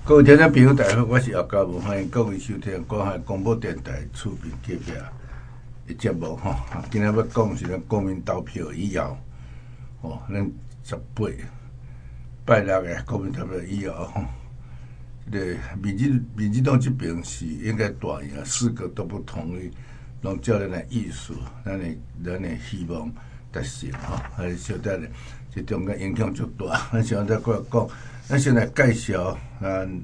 各位听众朋友，大家好，我是姚嘉文，欢迎各位收听广海广播电台厝边隔壁的节目吼。今日要讲是咱国民投票以后，咱18拜六的国民投票以后吼，这个民进党这边是应该大赢，4个都不同意，拢照咱的意思，咱的希望达成吼，还是小等咧，这中间影响足大。咱先再过来讲。咱先来介绍咱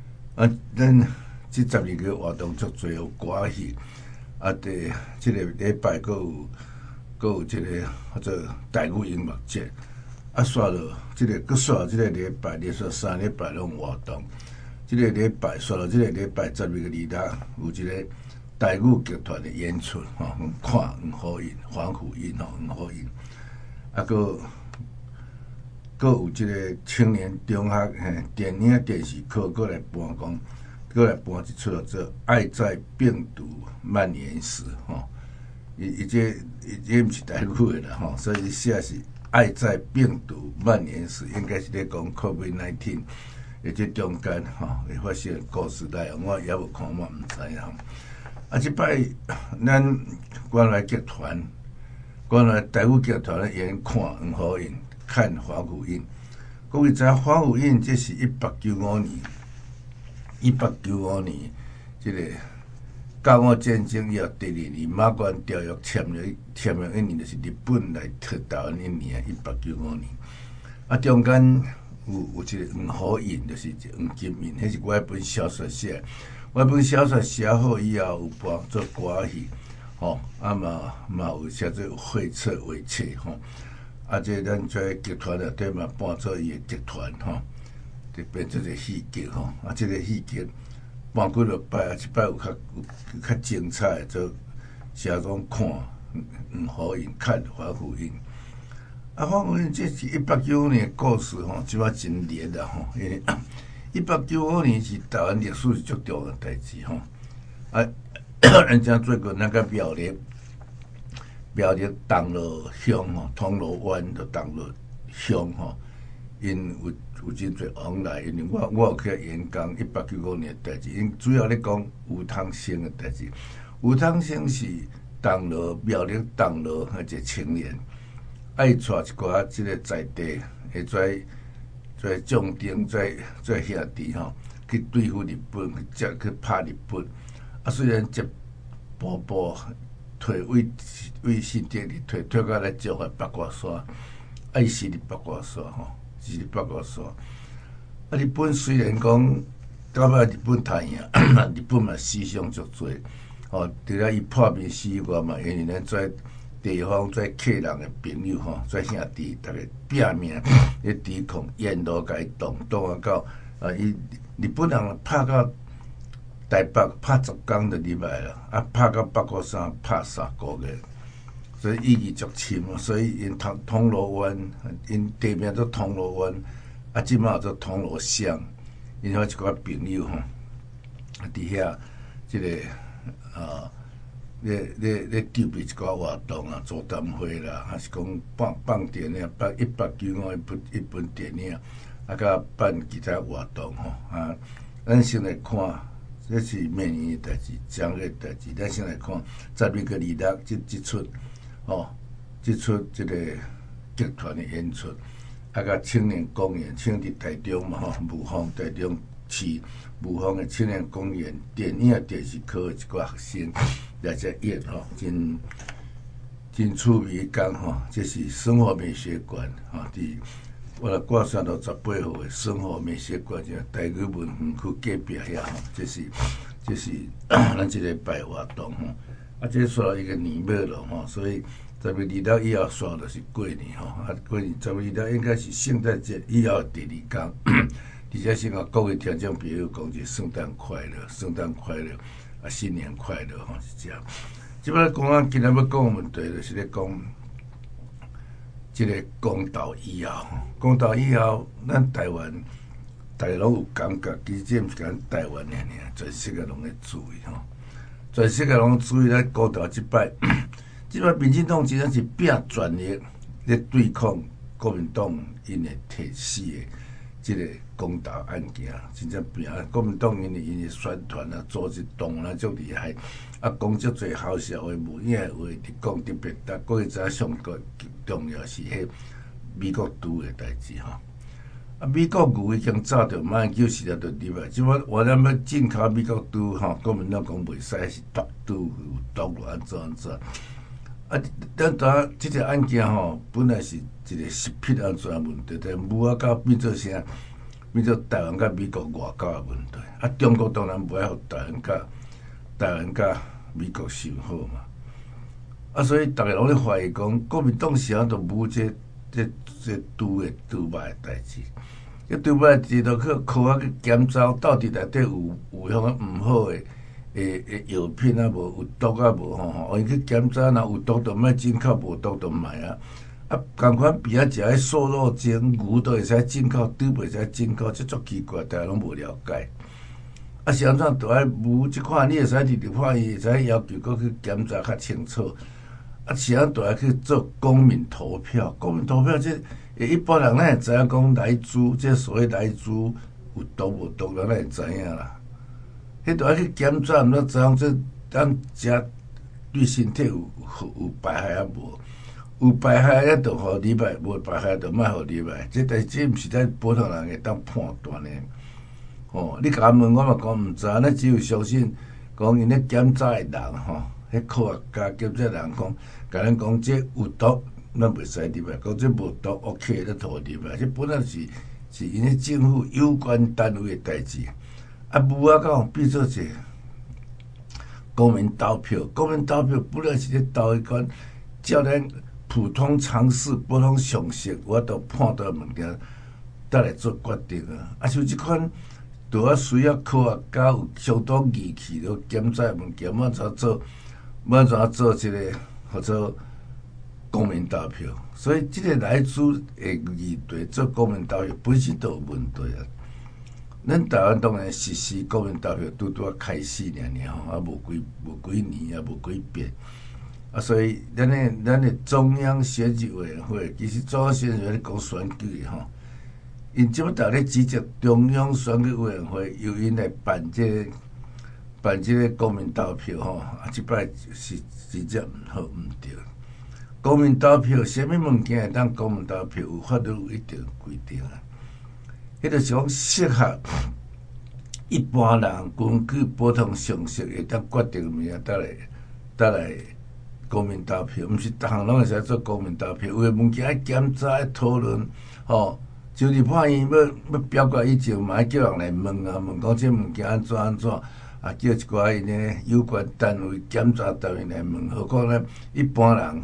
这12个活动足侪有歌戏，第这个礼拜佫有这个或者台语音乐节，煞落这个煞落这个礼拜，连续3礼拜拢有活动。这个礼拜煞落这个礼拜12个日头有一个台语剧团的演出看黄虎印、黄虎印黄虎印，佫有即个青年中学电影电视课佫来搬一出做《爱在病毒蔓延时》吼，伊这毋是台语的啦吼，所以写是《爱在病毒蔓延时》，应该是咧讲 COVID-19， 这中间会发生的故事内容，我也无看，我毋知影。即摆咱原来剧团，原来台语剧团咧演看黄虎印。看黄虎印，各位知影黄虎印这是1895年，这个甲午战争以后第2年马关条约签了一年，就是日本来特台湾一年，1895年。中间有一个黄虎印，就是一个黄金印，迄是我一本小说写，我一本小说写好以后有搬做歌戏，嘛有写做绘册画册吼。这咱这剧团内底嘛搬做伊的剧团就变做一个戏剧这个戏剧搬几落摆，即摆有较精彩，就写讲看黄虎印，看黄虎印。黄虎印这是1895年的故事即摆真热啦因为1895年是台湾历史是足重要的代志咱正做过那个苗栗东螺乡铜锣湾的东螺乡因有真侪往来，因为我有去演讲1895年的代志，因主要咧讲吴汤生的代志。吴汤生是苗栗东螺一个青年，爱带一寡即个在地会做壮丁做兄弟去对付日本，去拍日本。虽然这步退为新店里退到来招来八卦山，伊是伫八卦山是伫八卦山。日本虽然讲到尾日本太赢，日本嘛死伤足多除了伊破面死以外嘛，因为咱做地方做客人的朋友做兄弟，逐个拼命咧抵抗，沿路甲伊动到日本人拍到台北拍10天就入来了，拍到八卦山拍3个月，所以意义足深所以因铜锣湾，因地名做铜锣湾，即马做铜锣乡，因好一寡朋友伫遐即个咧筹备一寡活动座谈会啦，还是讲放电影，放1895一本电影，甲办其他活动咱先来看。这是明年的代志，将来的代志。咱先来看12个日头这出这出这个剧团的演出，甲青年公园，青伫台中嘛雾峰台中市雾峰的青年公园电影电视科的一寡学生来这演真趣味讲这是生活美学馆伫我来挂上到18号的生活美学馆，就台语文园区隔壁遐这是咱这个拜活动这煞一个年尾了所以12月日头以后煞就是过年过年12月日头应该是圣诞节以后第2天，而且先甲各位听众朋友讲一圣诞快乐，圣诞快乐新年快乐是这样。即摆讲今日要讲的问题就是咧讲。这个公投以后，咱台湾大家拢有感觉，其实这毋是讲台湾尔，全世界拢在注意全世界拢注意咱公投即摆民进党真正是拼全力咧对抗国民党因的体系的即个公投案件，真正拼啊！国民党因为宣传啊、组织动啊，足厉害，啊，讲足侪好笑话、无影的话伫讲，特别各位知影上个重要是迄美国拄的代志吼。啊，美国牛已经早着994年就入来，即摆我咱要进口美国猪吼，国民党讲袂使是毒猪有毒咯，安怎？啊，咱当即个案件吼，本来是一个食品安全问题，但无啊到变做啥，变做台湾甲美国外交的问题。啊，中国当然无爱互台湾甲美国相好嘛。啊，所以逐个拢咧怀疑讲，国民党是安都无这猪肉的代志。猪肉直落去考啊去检查，到底内底有迄个毋好的药品啊，无有毒啊无吼，伊去检查，若有毒就莫进口，无毒就卖啊。啊，共款比啊食迄瘦肉精牛都会使进口，猪袂使进口，这足奇怪，大家拢无了解。啊，是安怎都爱无即款，你会使伫立法院会使要求搁去检查较清楚。啊，是安都爱去做公民投票，公民投票这一般人咱会知影讲来猪，这所谓来猪有毒无毒，咱会知影啦。迄都爱去检查，毋知知影这咱食对身体有败害啊无？有败害啊，就互入来；无败害就莫互入来。这代志毋是咱普通人会当判断的。哦，你甲我问，我嘛讲毋知，咱只有相信讲因咧检查的人吼，迄科学家检查人讲，甲咱讲这有毒，咱袂使入来；讲这无毒 ，OK， 咱互入来。这本来是因咧政府有关单位的代志。啊，无啊，讲变做一个公民投票，公民投票本来是咧投一款照咱普通常识、普通常识，我都判断物件，得来做决定啊。啊，像即款，都要需要科学家有相当仪器，了检查物件，要怎做即个或者公民投票。所以，即个来自的议题做公民投票本身都有问题啊。咱台湾当然实施公民投票拄啊开始尔吼，啊无几年啊，无几遍啊，所以咱的中央选举委员会，其实中央选举委员会讲选举吼，因即摆逐咧指责中央选举委员会由因来办这个公民投票吼，啊即摆是直接毋好毋对。公民投票，啥物物件会当公民投票？有法律有一定规定啊。迄著是讲适合一般人根据普通常识会当决定物件，得来公民投票，毋是逐项拢会使做公民投票。有诶物件爱检查、爱讨论，吼，就立法院要表决以前，嘛爱叫人来问啊，问讲这物件安怎，啊，叫一寡因诶有关单位、检查单位来问，何况咱一般人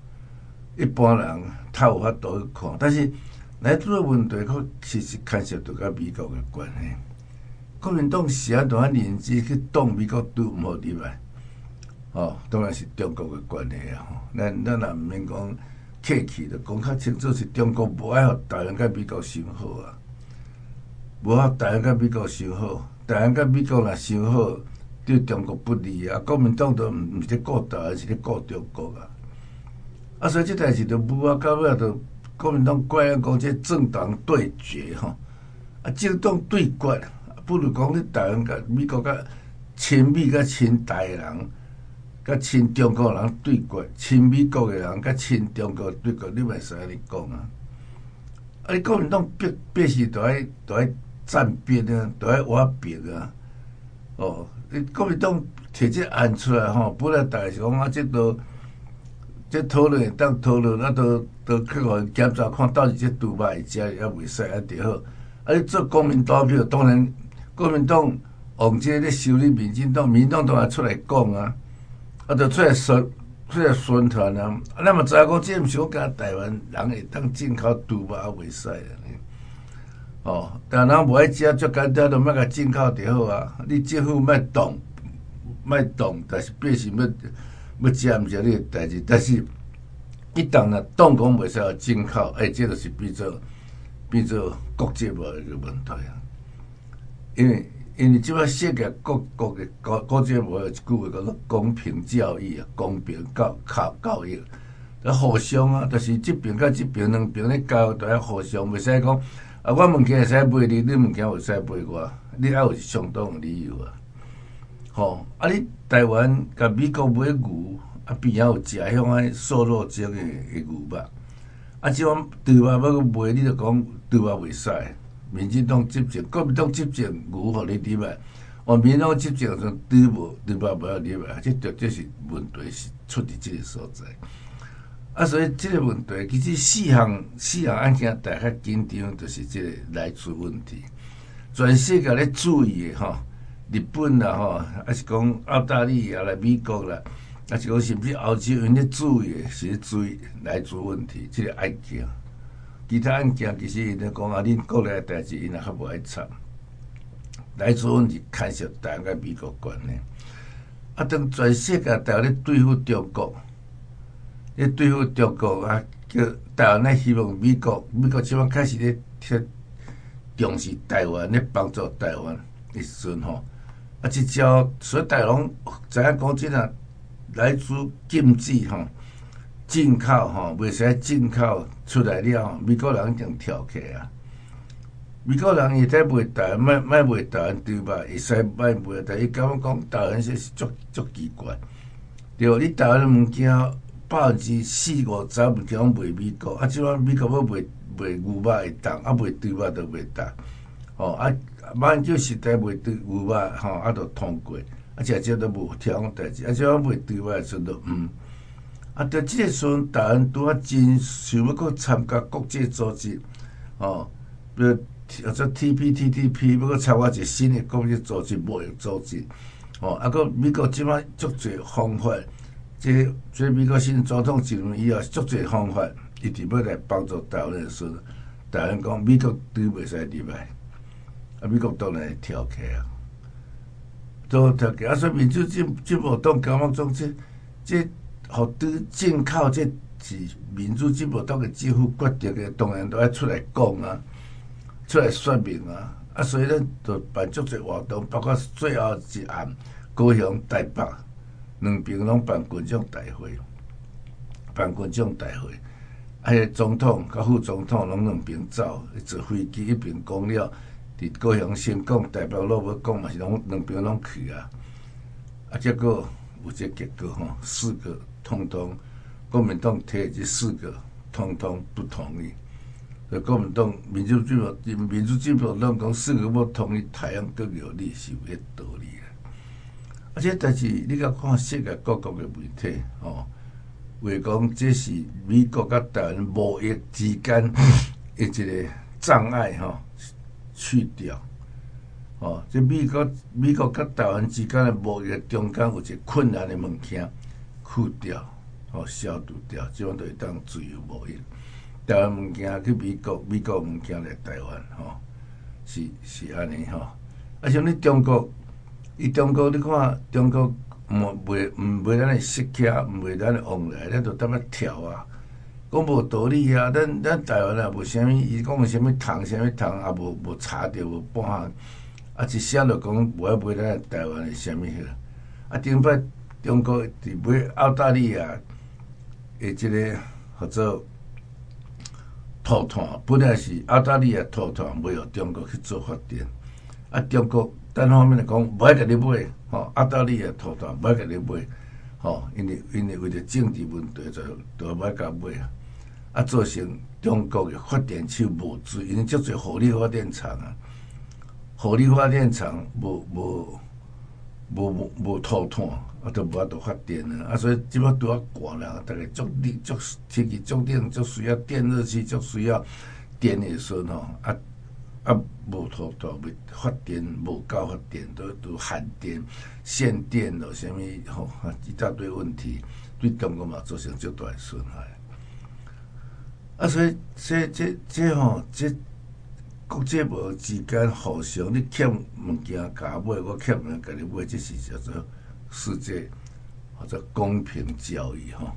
他有法度去看，但是。来做问题，其实牵涉到甲美国的关系。国民党是安怎认知去挡美国都毋好入来？哦，当然是中国的关系啊！吼，咱也毋免讲客气，就讲较清楚是中国无爱互台湾甲美国相好啊，无互台湾甲美国相好，台湾甲美国若相好，对中国不利啊！国民党都毋是咧顾台湾，是咧顾中国啊！啊，所以这代志就无啊，到尾就。国民党怪啊，讲这政党对决吼，啊，政党对决，不如讲你台湾甲美国甲亲美甲亲台的人，甲亲中国人对决，亲美国的人甲亲中国对决，你袂使安尼讲啊！啊，你国民党必须都爱站边啊，都爱挖边啊！哦，你国民党摕这案出来吼，本来大家是讲啊，这讨论会当讨论，啊，都去互因检查看，到底这猪肉会食也袂使啊，著好。啊，你做公民投票，当然国民党往这咧修理民进党当然出来讲啊，啊，就出来宣传啊。啊，咱嘛知影讲，这毋是讲甲台湾人会当进口猪肉也袂使啊。哦，但人无爱食，足简单，就莫甲进口就好啊。你政府莫动，但是必须要食毋是你个代志，但是一旦若党讲袂使进口，这就是变做国际贸易个问题啊。因为即摆世界各国个国际贸易一句话叫做公平交易啊，公平交易，互相啊，就是即边甲即边两边咧交易都要互相，袂使讲啊，我物件会使卖你，你物件会使卖我，你爱有相当的理由啊。吼，啊，你台湾甲美国买牛，啊边仔有食遐款瘦肉精的牛肉，啊，即种猪肉要去卖，你著讲猪肉袂使。民进党执政，国民党执政牛互你入来，民进党执政时阵猪肉无要入来，这绝对是问题是出伫即个所在。啊，所以即个问题其实四项案件大较紧张，就是即个来自问题。全世界咧注意的吼，日本啦吼，还是讲澳大利亚啦、美国啦，还是讲甚至欧洲因咧注意的是咧注意来自问题即个案件。其他案件其实因咧讲啊，恁国内代志因也较无爱插。来自问题牵涉台湾甲美国关系。啊，当全世界大咧对付中国，咧对付中国啊，叫台湾咧希望美国即摆开始咧重视台湾，咧帮助台湾的时阵吼，啊，即招所以大家拢知影讲即啊，来自禁止吼。进口吼，袂使进口出来了，美国人一定跳起啊！美国人伊在卖台湾，卖卖台湾猪肉，会使卖卖，但伊敢讲台湾是足奇怪，对无？你台湾的物件40%-50%物件拢卖美国，啊，即摆美国要卖牛肉会当，啊卖猪肉都袂当，吼啊，马英九时代卖牛肉吼，啊都通过，啊，直接都无挑种代志，啊，即摆卖猪肉的时阵都啊，在即个时阵，台湾拄啊真想要搁参加国际组织，哦，比如或者 TPTPP 要搁参加一个新的国际组织、贸易组织，哦，啊，搁美国即摆足侪方法，即美国新总统上任以后，足侪方法，一直要来帮助台湾的时阵，台湾讲美国对袂使入来，啊，美国当然会跳起啊，都跳起啊，所以民主进步党刚刚总即互对进口，这是民主进步党的政府决定的，当然都要出来讲啊，出来说明啊。啊，所以咱就办足侪活动，包括最后一案高雄、台北两边拢办群众大会，还有总统甲副总统拢两边走，坐飞机一边讲了，伫高雄先讲，台北路要讲嘛是拢两边拢去啊。啊，结果有这结果吼，4个。通通，国民党提这4个，通通不同意。所以国民党、民主进步党讲4个要同意台湾国有理是有迄道理的。而且，但是你甲看世界各国的媒体，哦，话讲这是美国甲台湾贸易之间的一个障碍，吼，去掉。哦，这美国甲台湾之间的贸易中间有一个困难的物件。去掉，消除掉，即种就会当自由贸易。台湾物件去美国物件来台湾，是安尼吼。啊，像你中国，你看中国袂咱的食客，袂咱的往来，咱就踮咧跳啊，讲无道理啊。咱台湾也无啥物，伊讲有啥物糖，也无查着，无半项。啊，一声就讲无爱买咱台湾的啥物迄。啊，顶摆。中国伫买澳大利亚的即个或者土炭，本来是澳大利亚土炭卖予中国去做发电，啊，中国单方面来讲，无爱甲你买，澳大利亚土炭无爱甲你买，因为为着政治问题，就无爱甲买啊，造成中国的发电厂无水，因为足侪火力发电厂啊，无土炭。啊，都无法度发电啊！啊，所以即摆拄啊寒啦，逐个天气足冷，足需要电热器，足需要电的时阵无土炭袂发电，无够发电，都限电、限电咯，啥物一大堆问题，对中国嘛造成足大的损害。啊，所以这国际贸易之间互相，你欠物件甲我买，我欠物件甲你买，这是叫做。世界或者公平交易吼，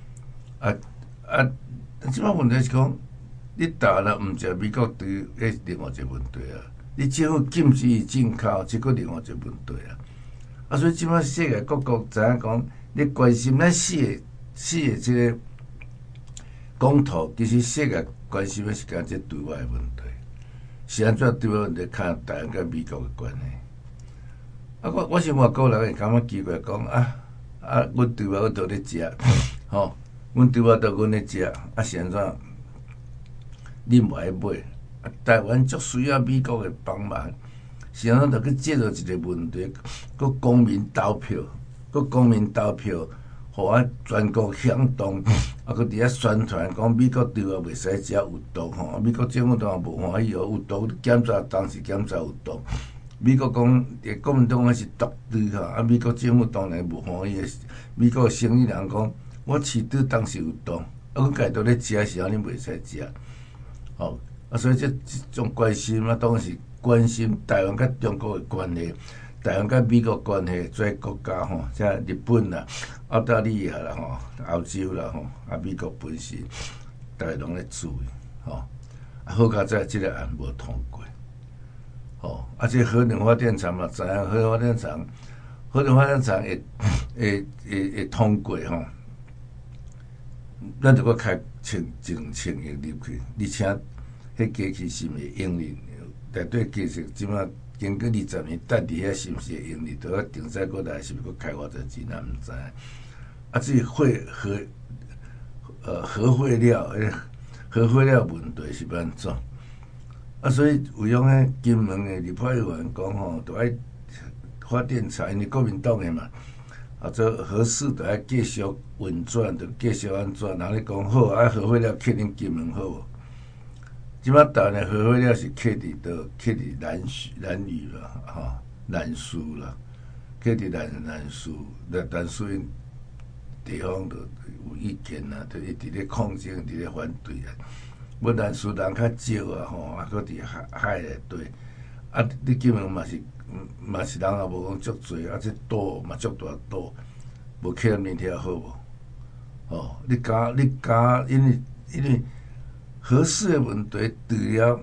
即摆问题是讲，你台湾人毋食美国猪，迄另外一个问题啊。你政府禁止伊进口，即个另外一个问题啊。啊，所以即摆世界各国知影讲，你关心咱四个即个公投，其实世界关心的是讲这对外的问题。 是安怎对我问题看台湾甲美国的关系？啊，我想外国人会感觉奇怪，讲阮对我都咧食，吼，阮对我都阮咧食，是安怎？你毋爱买？台湾足需要美国的帮忙，是安怎？着去借着一个问题，佮公民投票，互我全国响动，佮伫遐宣传讲美国对我袂使食有毒吼，美国政府当然无欢喜哦，有毒检查当时检查有毒。美国讲，国民党是毒猪哈，美国政府当然无欢喜。美国生意人讲，我饲猪当时有毒，阮家己都咧食，是安尼袂使食。吼，所以这种关心当然是关心台湾甲中国的关系，台湾甲美国关系做国家吼，像日本啦、澳大利亚啦吼、欧洲啦吼，美国本身，大家拢咧注意吼。好佳在即个案无通过。哦，这核能发电厂嘛，知影核能发电厂会通过吼，咱就搁开1,000亿入去，而且迄机器是毋会盈利，内底其实即马经过20年，等伫遐是毋是会盈利，都要定再过来，是毋是搁开偌侪钱，咱毋知。至于核废料问题是安怎？所以有种金门的立法委员讲吼，都爱发电厂，因为国民党的嘛，做核四都爱继续运转，就继续安怎？人咧讲好，核废料克恁金门好无？即摆台湾的核废料是克伫倒？克伫兰屿啦，吼，兰屿啦，克伫兰屿因地方就有意见啦，就一直咧抗争，一直咧反对啊。要兰屿人较少啊，吼，搁伫海内底，你金门嘛是人也无讲足侪，这岛嘛足大岛，无克咱面条好无？哦，你加，因为核四的问题，除了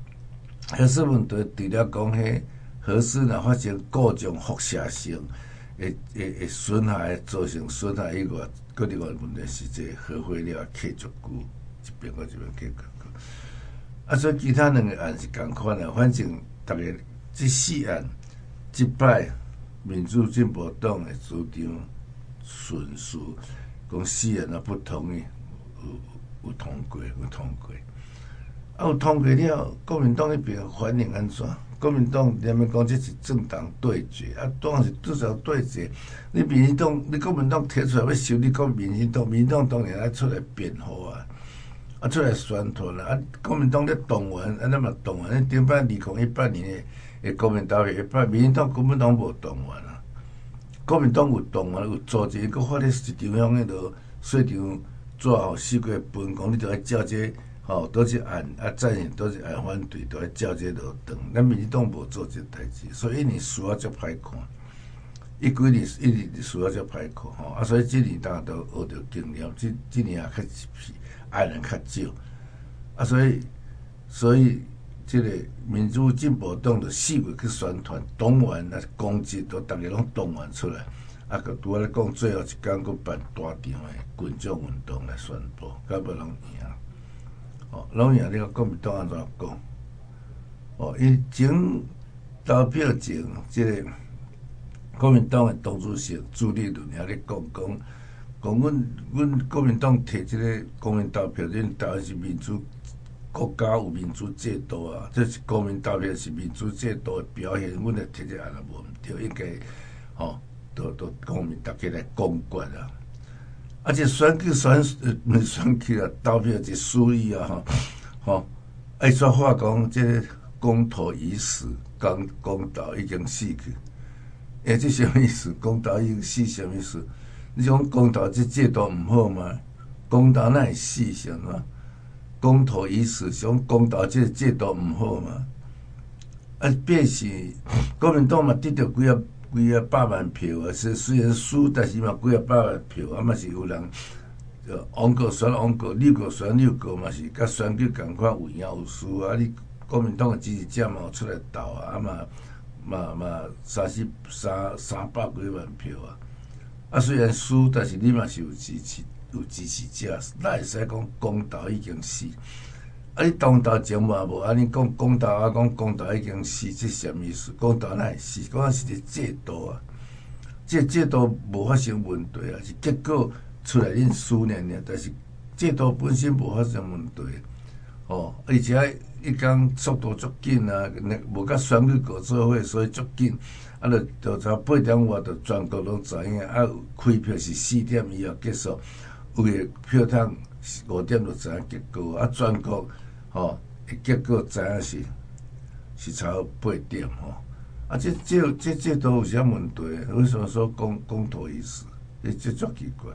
讲迄核四若发生各种辐射性，会损害，造成损害以外，搁另外问题是这核废料克足久。一边克。所以其他两个案是共款的，反正大家这4案，即摆民主进步党的主张顺序，讲4案也不同意，有通过。有通过了，国民党迄边反应安怎？国民党连面讲这是政党对决，当然是至少对决。你国民党提出来要修理民进党当然要出来辩护啊。出来宣传啦！国民党咧动员，咱嘛动员。顶摆2018年的国民投票，民进党根本拢无动员啊。国民党有动员，有组织，佮发咧市场向迄落市场纸吼4个月分讲，你着爱照这吼倒一案赞成，倒一案反对，着爱照这落长。咱民进党无做这代志，所以一年输啊足歹看。几年一直输啊足歹看吼。所以今年当然都学着经验，今年也较爱人较少，所以这个民主进步党就4月去宣传，动员啊，攻击都大家拢动员出来，个拄仔咧讲最后一天佫办大场的群众运动来宣布，到尾拢赢，拢赢。你看国民党安怎讲？因前投票前，这个国民党的党主席朱立伦也咧讲。阮国民党摕即个公民投票，恁台湾是民主国家，有民主制度啊，这是公民投票是民主制度的表现。阮来摕这案也无毋对，应该都公民大家来公决啊。这选举啊，投票一输赢啊，爱说话讲这个公投已死，公投已经死去。这什么意思？公投已经死，什么意思？你讲公投这制度毋好吗？公投哪会死是安怎？公投已死，讲公投这制度毋好吗？变是国民党嘛得到几啊百万票啊，虽然输，但是嘛几啊百万票，嘛是有人王国选王国，六国选六国嘛是甲选举共款有赢有输啊。你国民党的支持者嘛有出来斗啊，嘛300几万票啊。虽然输，但是你嘛是有支持者，哪会使讲公投已经死？ 你当头前嘛无安尼讲公投啊，讲公投已经死，这什么意思？公投哪会死？讲是个制度啊，这制度无发生问题啊，是结果出来恁思念尔，但是制度本身无发生问题。哦，而且伊讲速度足紧啊，无甲选举过做伙，所以足紧。啊，就差8点外，就全国拢知影。啊，开票是4点以后结束，有诶票桶5点就知影结果。啊，全国结果知影是差8点吼。啊，这都有啥问题？为什么说公投意思？这足奇怪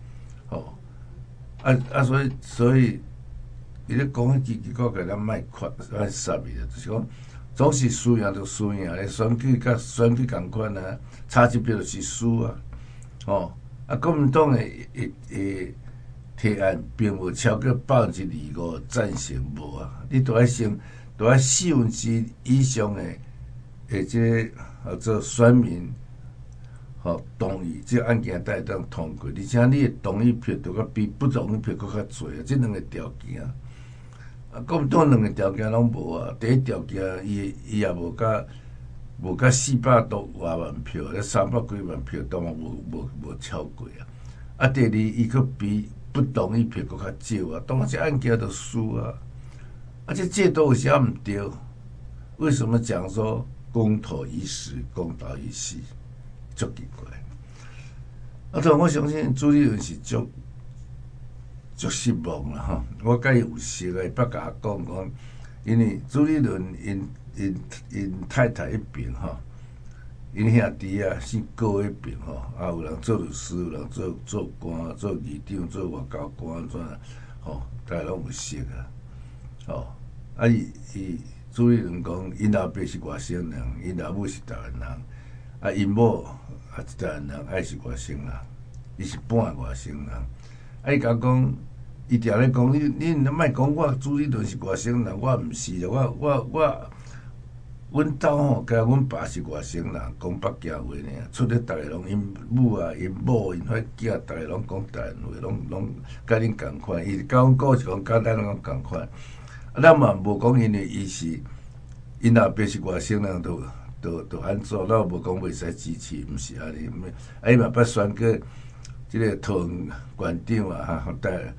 啊！所以。伊咧讲迄奇奇怪怪，咱莫夸莫杀伊啦，就是讲总是输赢就输赢，选举甲选举共款啊，差一票就是输啊。啊，国民党诶提案并无超过25%赞成无啊，你都爱4%以上诶这做选民同意这案件才会当通过，而且你诶同意票都较比不同意票搁较侪啊，这2个条件啊。国民党2个条件拢无啊，第一条件伊也无甲400多外万票，咧300几万票都无超过啊。啊，第二伊佫比不同意票佫较少啊，当然这案件就输啊。啊，这制度有啥毋对？为什么讲说公投一时，公道一世，足奇怪。啊，但我相信朱立伦是足失望啦吼！我甲伊有熟诶，捌甲我讲，因为朱立伦因太太迄边吼，因兄弟啊姓高迄边吼，啊有人做律师，有人做官、做议长、做外交官安怎啊？大家拢有熟啊！啊伊朱立伦讲，因老爸是外省人，因老母是台湾人，啊因某也是台湾人，也是外省人，伊是半外省人。啊！伊甲我讲，伊定咧讲，你莫讲我朱立伦是外省人，我毋是啦，阮兜吼，甲阮爸是外省人，讲北京话尔，出咧逐个拢因母啊、因某、因迄囝，逐个拢讲台湾话，拢甲恁共款。伊甲阮讲是讲简单拢共款。啊，咱嘛无讲因为伊是因老爸是外省人，就安怎？咱无讲袂使支持，毋是安尼。啊，伊嘛捌选过。即个桃园县长啊，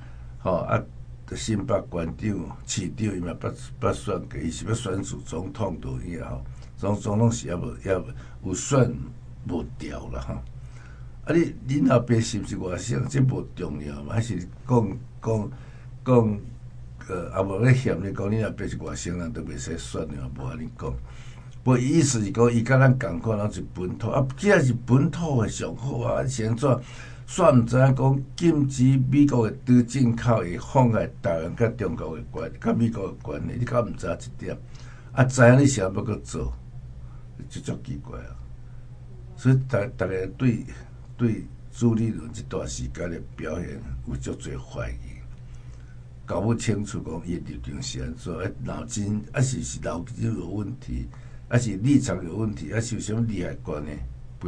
新北县长、市长，伊嘛捌选过，伊是要选做总统都以后，总统是也有选无掉啦吼。啊，恁后爸是毋是外省？这无重要嘛，还是讲啊无咧嫌你讲恁后爸是外省人，都袂使选了，无安尼讲。不过意思是讲，伊甲咱共款，拢是本土啊，既然是本土诶上好啊，是安怎？煞毋知影讲禁止美国诶猪进口会妨碍台湾甲中国诶关，甲美国诶关系，你敢毋知即点？啊，知影你啥要搁做，就足奇怪啊！所以大家对朱立伦这段时间诶表现有足侪怀疑，搞不清楚讲伊立场是安怎，脑筋是脑筋有问题，是立场有问题，是有啥物利害关系，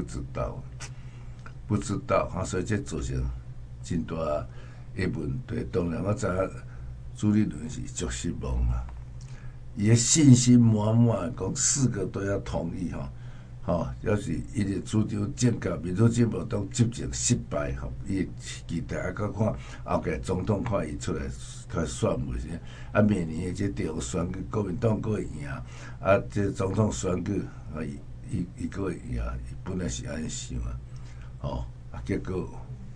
不知道哈，所以这造成真大的问题。当然，我知影朱立伦是足失望啊，伊个信心满满，讲4个都要同意要是伊个主张建构民主进步党执政失败伊期待啊，佮看后届总统看伊出来选袂先，啊，明年的这地方选举，国民党佫会赢，啊，这总统选举伊佫会赢，伊本来是安尼想啊。结果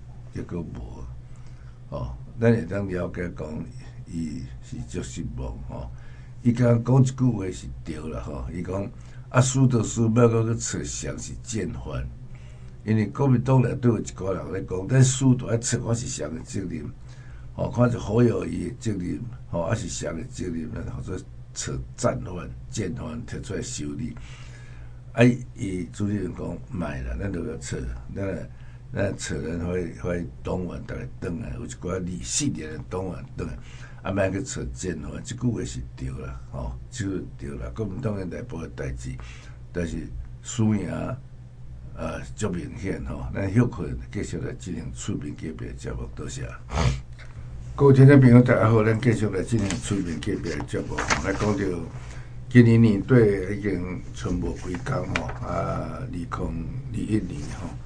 无咱会当了解讲，伊是足失望伊讲一句话是对啦伊讲啊，输就输，要搁去找谁是战犯，因为国民党内底有一寡人咧讲，咱输就爱找我是谁的责任，看是侯友宜的责任，还是谁的责任，或者找战犯、摻出来修理。啊，伊主持人讲莫啦，咱就要找，咱找人会党员逐个转来，有一寡4年的党员转来，啊，莫去找战犯，即句话是对啦，即句对啦。国民党的内部的代志，但是输赢足明显咱休困继续来进行出面级别节目，多谢。 各位听众朋友，大家好，咱继续来进行催眠界别的节目，来讲到今年年底已经剩无几天吼，啊，2021年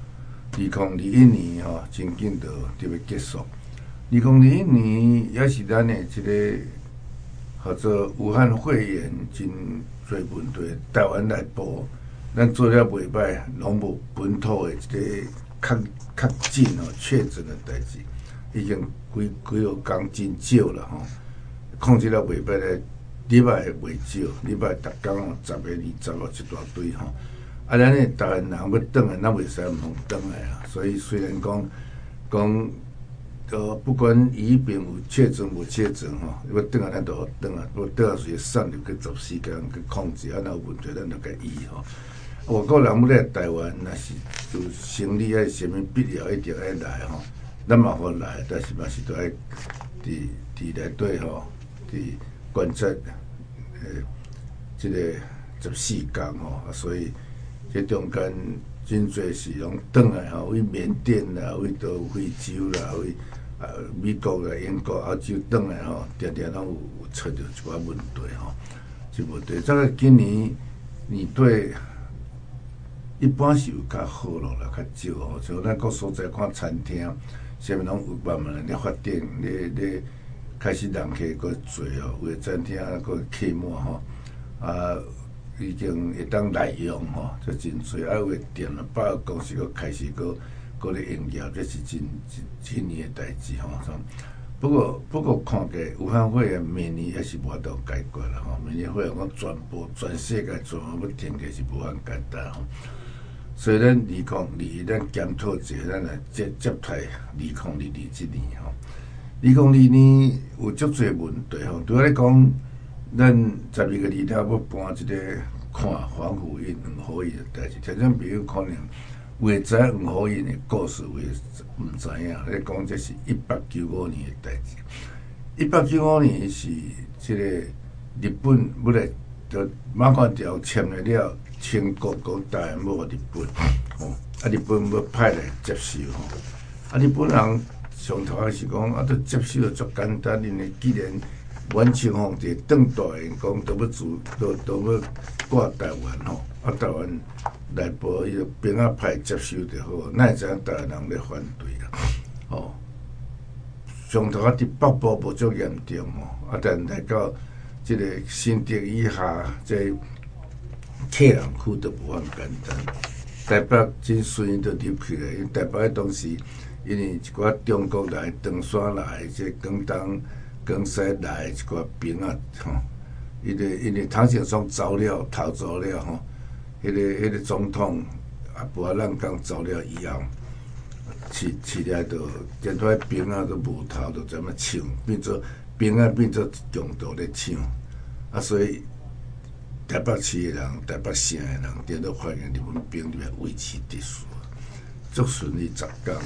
吼，真紧就要结束。2021年也是咱的一个叫做武汉肺炎真侪问题，台湾内部咱做了袂歹，拢无本土的一个确诊确诊的代志。已经几号工真少了吼，控制了袂歹咧，礼拜袂少，礼拜逐工10个、20个一大堆吼。啊，咱诶台湾人要转来，咱袂使唔通转来啊。所以虽然讲不管伊边有确诊无确诊吼，要转来咱都好转啊。要转来是送入去14天去控制，啊，若有问题咱就甲医吼。外国人要来台湾，若是有生理还是啥物必要，一定爱来吼。咱嘛好来，但是嘛是都爱伫内底吼，伫观察即个14天吼，所以这中间真侪是拢转来吼，为缅甸啦，为到非洲啦，为美国啦、英国、澳洲转来吼，常常拢有出着一寡问题吼，这问题。这个今年年底一般是有较好落啦，较少吼，像咱各所在看餐厅。啥物拢有慢慢咧发展，咧开始人客佫侪哦，有诶餐厅佫客满吼，啊，已经会当来用吼，这真侪。啊，有诶店啊，百货公司佫开始佫咧营业，这是真年诶代志吼。不过看起来武汉肺炎明年还是无法度解决啦吼，明年肺炎讲全世界全部要停起是无法简单吼。所以咱2022咱检讨一下，咱来接待2022这年吼。2022年有足侪问题吼，对我来讲，咱12月2号要搬一个看黄虎印、黄虎印的代志。听众朋友可能未知黄虎印的故事，会唔知影。咧讲这是1895年的代志。1895年是这个日本要来，就马关条签了。清国台湾要日本，吼，啊日本要派来接收吼，啊日本人上头也是讲，啊都接收就足简单，因为既然阮清皇帝转大言讲，都要挂台湾吼，啊台湾内部伊个兵仔派接收就好，哪会知影台湾人咧反对啦，吼，上头伫北部无足严重吼，啊但来到即个新竹以下，即客人区都无咁简单，台北真顺就入去了。因为台北当时因为一寡中国来、长山来、即广东、广西来一寡兵啊，吼，因为唐景崧逃走了吼，迄个总统啊，无咱讲走了以后，起来就见到兵啊都无逃，就怎么抢，变做兵啊变做强盗咧抢，啊所以。台北市的人、台北县的人，点都发现日本兵入来维持秩序，足顺利10天。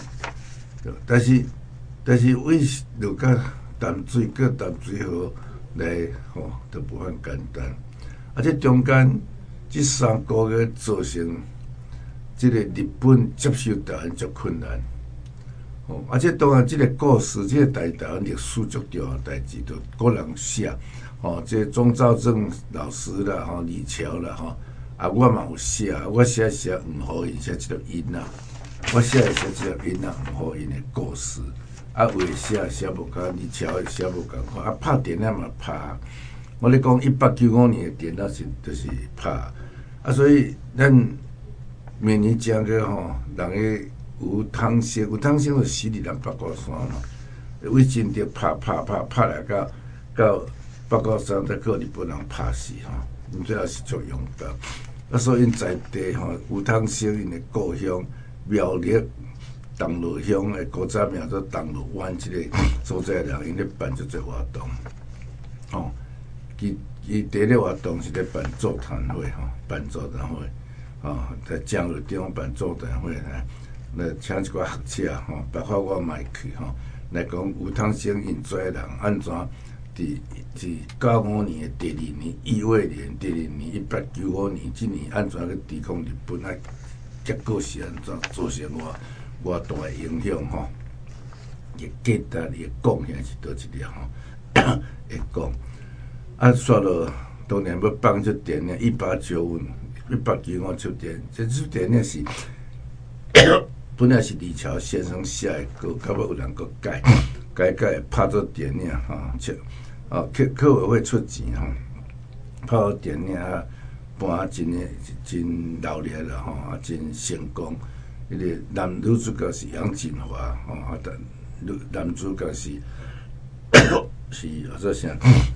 但是为了甲淡水河来吼，都无法简单。啊，这中间这3个月造成这个日本接受台湾足困难。哦，而且当然这个故事，这个台湾历史足重要代志，就个人写。哦，这钟兆政老师啦，吼李桥啦，吼啊，我嘛有写，我写黄虎印，写一条因啊，我写一条因啊，黄虎印的故事，啊，话写无共李桥的写无共款，啊，拍电影嘛拍，我咧讲1895年的电影就是拍，啊，所以咱明年正个吼，人个有汤生就死伫咱八卦山嘛，为真着拍来到。八卦山在个日本人拍死吼，因这也是足勇敢。啊，所以因在地吼，有汤生因的故乡苗栗东螺乡的古早名做东螺湾这个所在人，因咧办足侪活动。哦，伊第一个活动是咧办座谈会吼，办座谈会。哦，在江路地方办座谈会来请一寡学者吼，包括我嘛会去吼，来讲有汤生因做人安怎。伫95年的第2年1月年，第2年1895年，这年安怎去抵抗日本？啊，结果是安怎造成偌大的影响吼？ 价值伊的贡献是倒一条会讲。啊，煞落当年要放这电影1895出电，这出电影是本来是李桥先生写的歌，到尾有人搁改拍做电影客委会出钱拍做电影搬真热烈啦真成功。迄个男女主角是杨锦华男主角是做啥？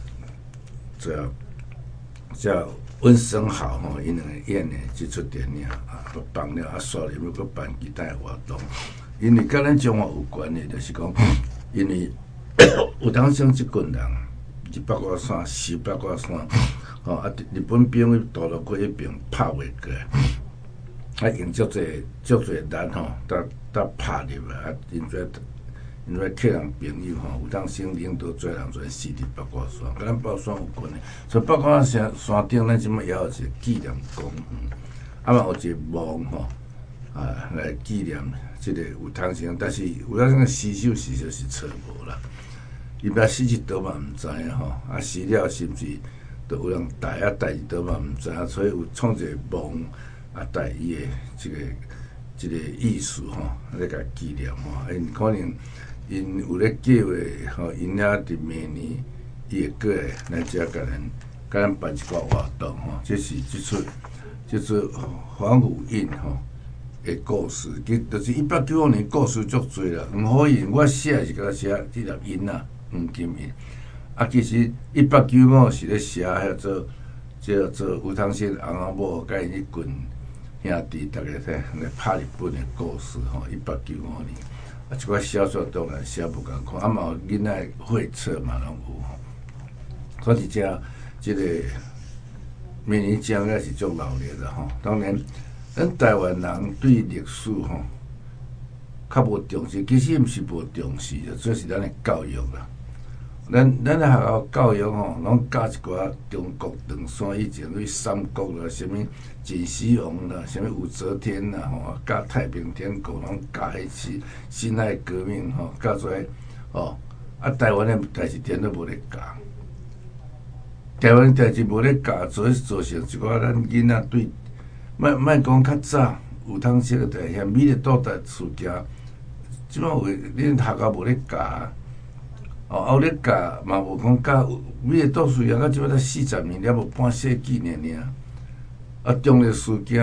叫温升豪因两个演的这出电影放了煞入要办其他活动，因为甲咱中华有关的，就是讲，因为有当时即群人200外山400外山日本兵去渡落过迄边拍袂过来，用足侪人搭拍入来因为客人朋友有当时领导做人全死伫北瓜山，甲咱北瓜山有关的。所以北瓜山顶，咱即摆也有一个纪念公园，嘛有一个墓来纪念即个有当时，但是有当时尸首是找无啦，伊要死去倒嘛毋知影死了是毋是都有人带去倒嘛毋知影，所以有创一个墓带伊的即个意思来甲纪念因可能。因有咧计划，因遐伫明年伊会过来遮甲咱办一个活动这是即出黄虎印的故事，就是1895年故事足多啦。黄虎印我写是甲写这粒印黄金印其实1895是咧写叫做吴汤先翁仔某甲因迄群兄弟，大家来拍日本的故事1895年。一寡小说当然写无共款，嘛有囡仔绘册嘛拢有所以即个明年奖也是足热烈的当然，咱台湾人对历史较无重视，其实毋是无重视的，这是咱的教育啦。咱的学校教育拢教一寡中国唐山以前对三国啦，什么秦始皇啦，什么武则天啦，教太平天国，拢教迄是辛亥革命教出来台湾的代志点都无咧教，台湾代志无咧教，造成一寡咱囡仔对，莫讲较早有通识个代像美丽岛代事件，即摆有恁学校无咧教。有咧教嘛无讲教，美丽岛事件到即摆才40年，了无半世纪呢中历事件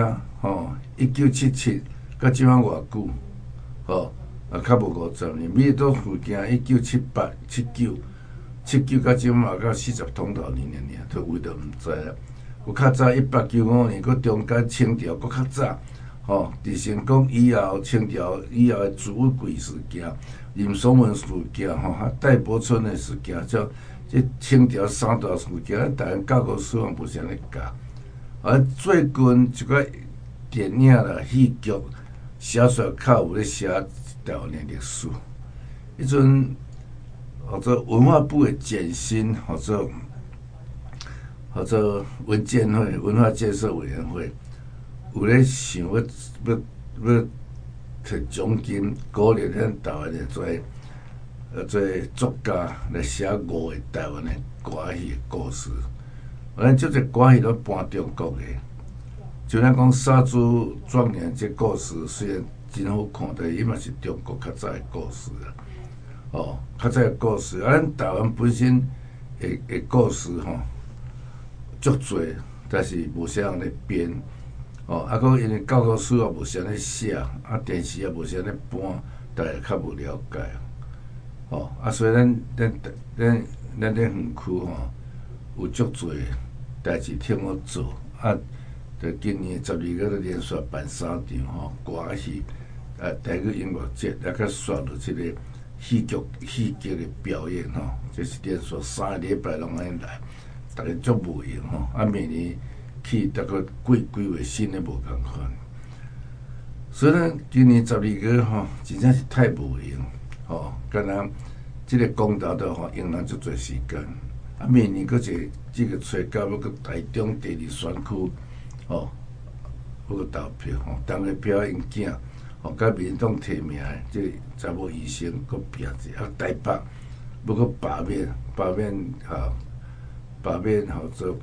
1977到即摆偌久较无50年，美丽岛事件1978、79到即摆嘛到40通头年都有都毋知啦。有较早1895年，佮中间清朝佮较早伫成功以后，清朝以后的朱武贵事件。任守文事件戴伯春的事件，即清朝三大事件，咱台湾教育史无啥咧教。最近一个电影啦、戏剧、小说较有咧写台湾的历史。迄阵或者文化部的简新，或者文建会、文化建设委员会，有咧想要摕奖金鼓励咱台湾的做作家来写5个台湾的歌戏的故事。咱即个歌戏都搬中国的，就咱讲杀猪壮年这故事，虽然真好看，但伊嘛是中国较早的故事啦。较早的故事，咱台湾本身的故事足多，但是无啥人咧编。搁因为教育书也无啥咧写，电视也无啥咧播，大家较无了解。所以咱咧园区有足多代志挺好做。就今年12月都连续办3场歌戏，台语音乐节，甲刷入即个戏剧的表演这是连续3个礼拜拢安尼来，大家足无闲明年。去大概几月新的无共款，所以咱今年12月真正是太无闲敢若即个公投都用咱足侪时间，明年搁一个找到要搁台中第2选区要搁投票，当个票因囝甲民进党提名的即查某医生，搁拼者，台北要搁罢免做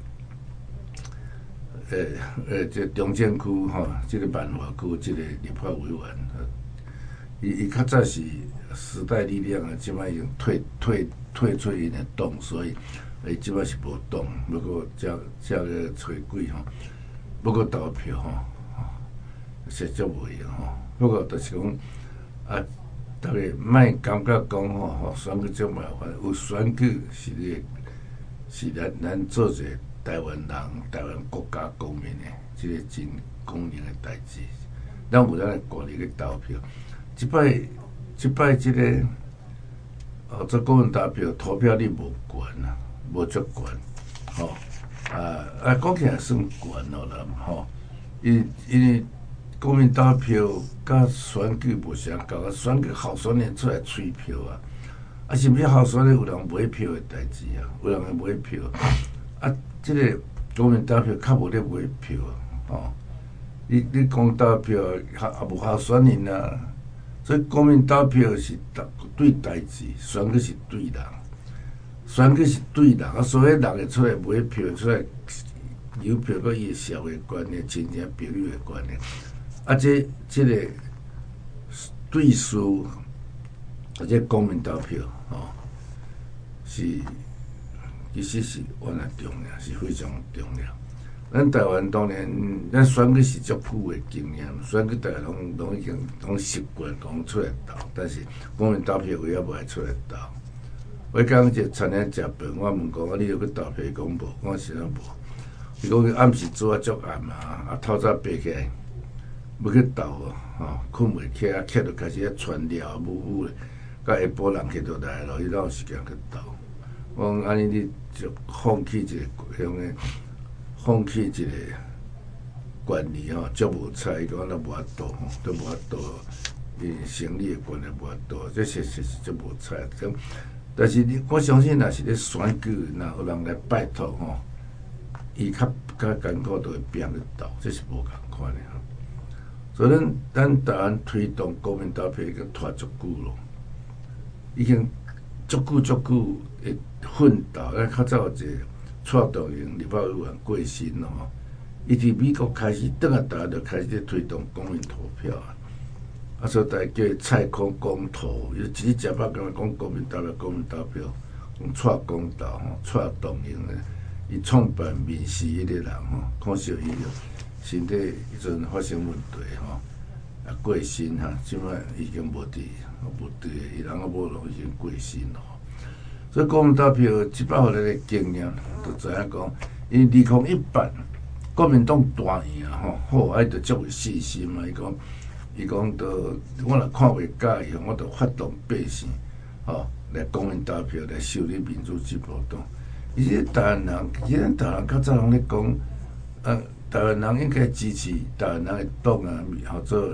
即中正区即个万华区即个立法委员，伊较早是时代力量啊，即摆已经退出因的党，所以伊即摆是无党，要搁才个找鬼要搁投票实足无用不过就是讲大家莫感觉讲选举足麻烦，有选举是咱做一个台湾人、台湾国家公民的，即个真公平的代志。咱有咱的权利去投票。即摆即个做国民投票，投票率无悬啊，无足悬讲起来算悬咯啦因为国民投票甲选举无相共选举候选人出来催票甚至候选人有人买票的代志有人会买票即个国民投票较无咧买票你讲投票也无候选人所以国民投票是对代志，选举是对人，选举是对人所以人会出来买票，出来邮票，佮伊社会观念、亲戚朋友的观念即个对事，或者公民投票其实是原来重要，是非常重要。咱台湾当然，咱选举是足久的经验，选举大家拢已经习惯讲出来投，但是公民投票有影无爱出来投。我讲一个餐厅食饭，我问讲你要去投票，伊讲无，我是讲无。伊讲暗时做足暗透早爬起来要去投困袂起，起就开始传聊舞咧，到下晡人起就来咯，伊哪有时间去投？我讲安尼你就放弃一个种个。放弃一个管理足无彩，伊讲咱无法度都无法度，因生理的关系无法度，这是足无彩。但是我相信，若是咧选举，若有人来拜托伊较艰苦都会拼去投，这是无共款的所以咱台湾推动国民投票已经拖足久咯，已经足久的奋斗。咱较早有一个。蔡道营立法委员过身伊伫美国开始，倒来台湾就开始咧推动公民投票所以大家叫伊蔡公公投，伊一日食饱干讲公民投票，讲蔡公投蔡道营伊创办民视迄个人可惜伊身体迄阵发生问题过身即摆已经无伫伊人某咯已经过身咯。所以国民投票即摆互咱的经验，就知影讲，因为2018国民党大赢好，就足有信心伊讲，我若看袂介意，我就发动百姓来国民投票来修理民主进步党。其实台湾人较早拢咧讲，台湾人应该支持台湾人的党或者。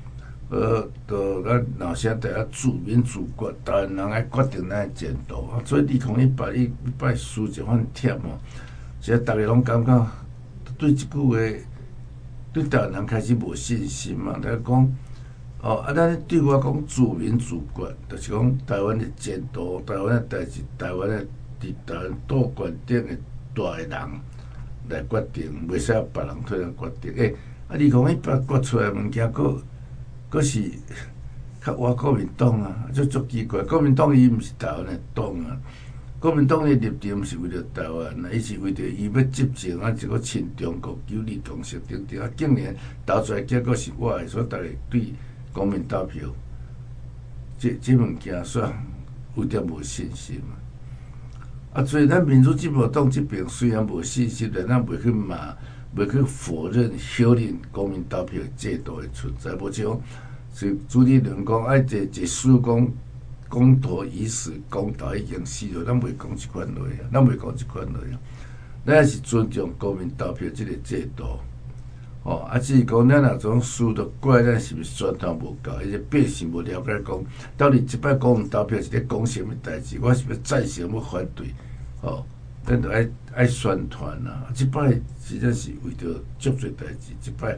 咱老声第一自民自决，台湾人爱决定咱的前途所以2018伊摆输一番忝现在大家拢感觉对即句话，对台湾人开始无信心来讲咱对我讲自民自决，就是讲台湾的前途、台湾的代志、台湾的伫台湾岛决定的大个人来决定，袂使别人替咱决定。2018决出来物件，佫是较活国民党足奇怪。国民党伊毋是台湾的党国民党的立场毋是为了台湾伊是为着伊要执政结果亲中国、九二共识等等竟然投出来结果是我的，所以大家对公民投票这物件煞有点无信心所以咱民主进步党这边虽然无信心，但咱袂去骂。袂去否认、否认公民投票制度的存在，无像是朱立伦讲，一书讲公投已死，公投已经死了，咱袂讲即款话咱也是尊重公民投票这个制度。只是讲咱若种输着怪咱是毋是宣传无够，而且百姓无了解讲，到底即摆公民投票是咧讲什么代志？我是要赞成要反对？咱就爱宣传即摆实在是为着足侪代志。即摆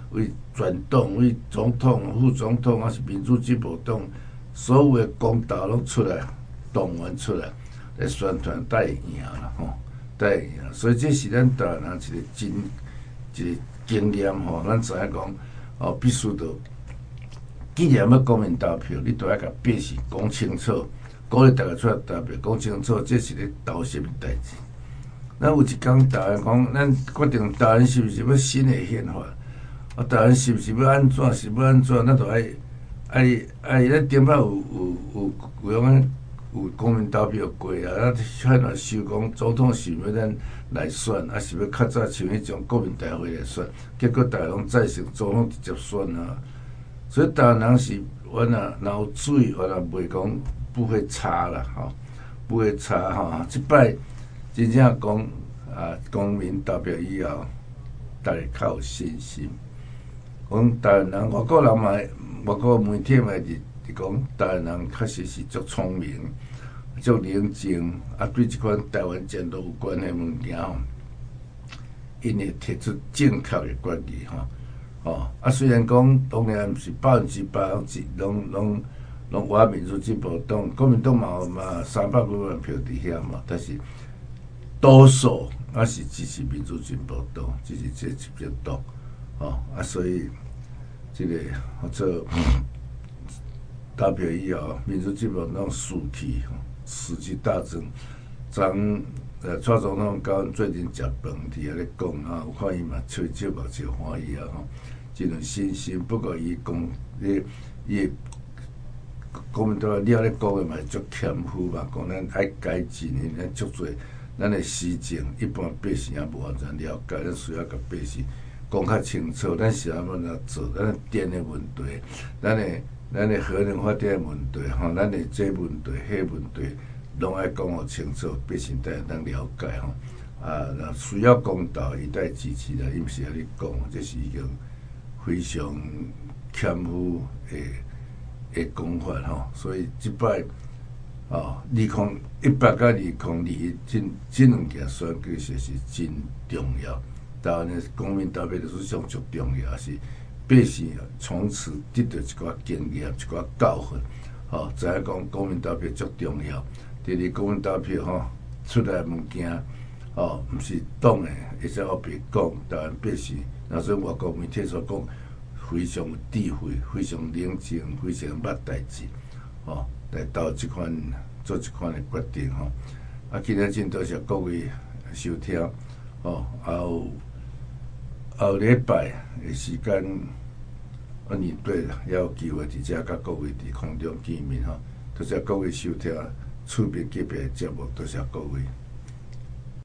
为全党、为总统、副总统，还是民主进步党，所有的公道拢出来，党员出来来宣传，带会赢啦吼，带会赢。所以这是咱台湾人一个经验吼，咱知影讲哦，必须着，既然要国民投票，你都要甲百姓讲清楚，鼓励大家出来投票，讲清楚，这是咧投什么代志。咱有一天台湾讲，咱决定台湾是毋是要新的宪法？啊，台湾是毋是要安怎？是要安怎？咱就爱咱顶摆有种有公民投票过啊，咱遐若想讲总统是要咱来选，还是要较早像迄种国民大会来选？结果大家拢赞成总统直接选啊，所以台湾人是我若有水，我若袂讲不会差啦，吼，不会差吼。即摆真正讲啊，公民投票以后，大家较有信心。讲台湾人，外国人嘛，外国媒体嘛是讲台湾人确实是足聪明、足冷静，啊，对即款台湾前途有关的物件吼，因会提出正确的决议吼。啊，虽然讲当然毋是100%拢我民主进步党，国民党嘛300几万票伫遐嘛，但是多数还是支持民主进步党，支持这一票党，啊，所以这个或者投票以后，民主进步党士气大增。蔡总统甲阮最近食饭伫遐咧讲啊，有看伊嘛笑目笑欢喜啊吼，真有信心。不过伊讲伊国民党了咧讲的嘛足谦虚嘛，讲咱爱改进的，咱足侪咱的施政，一般百姓也无完全了解，咱需要甲百姓讲较清楚，咱是安怎做，咱的电的问题，咱的核能发电的问题，吼，咱的这问题、迄问题，拢爱讲互清楚，百姓才会当了解吼。啊，若需要公道，伊才会支持啦，伊毋是安尼讲，这是已经非常谦虚的讲法吼。所以即摆2018甲2021这两件选举实是真重要。台湾的公民投票历史上足重要，是百姓从此得到一寡经验、一寡教训，知影讲公民投票足重要。第二，公民投票出来物件，毋是党的，会使后壁讲台湾百姓，若说外国媒体所讲，非常有智慧、非常冷静、非常捌代志，来做即款的决定啊，今日真多谢各位收听，后礼拜的时间，年对啦，也有机会伫遮甲各位伫空中见面多谢各位收听厝边隔壁的节目，多谢各位。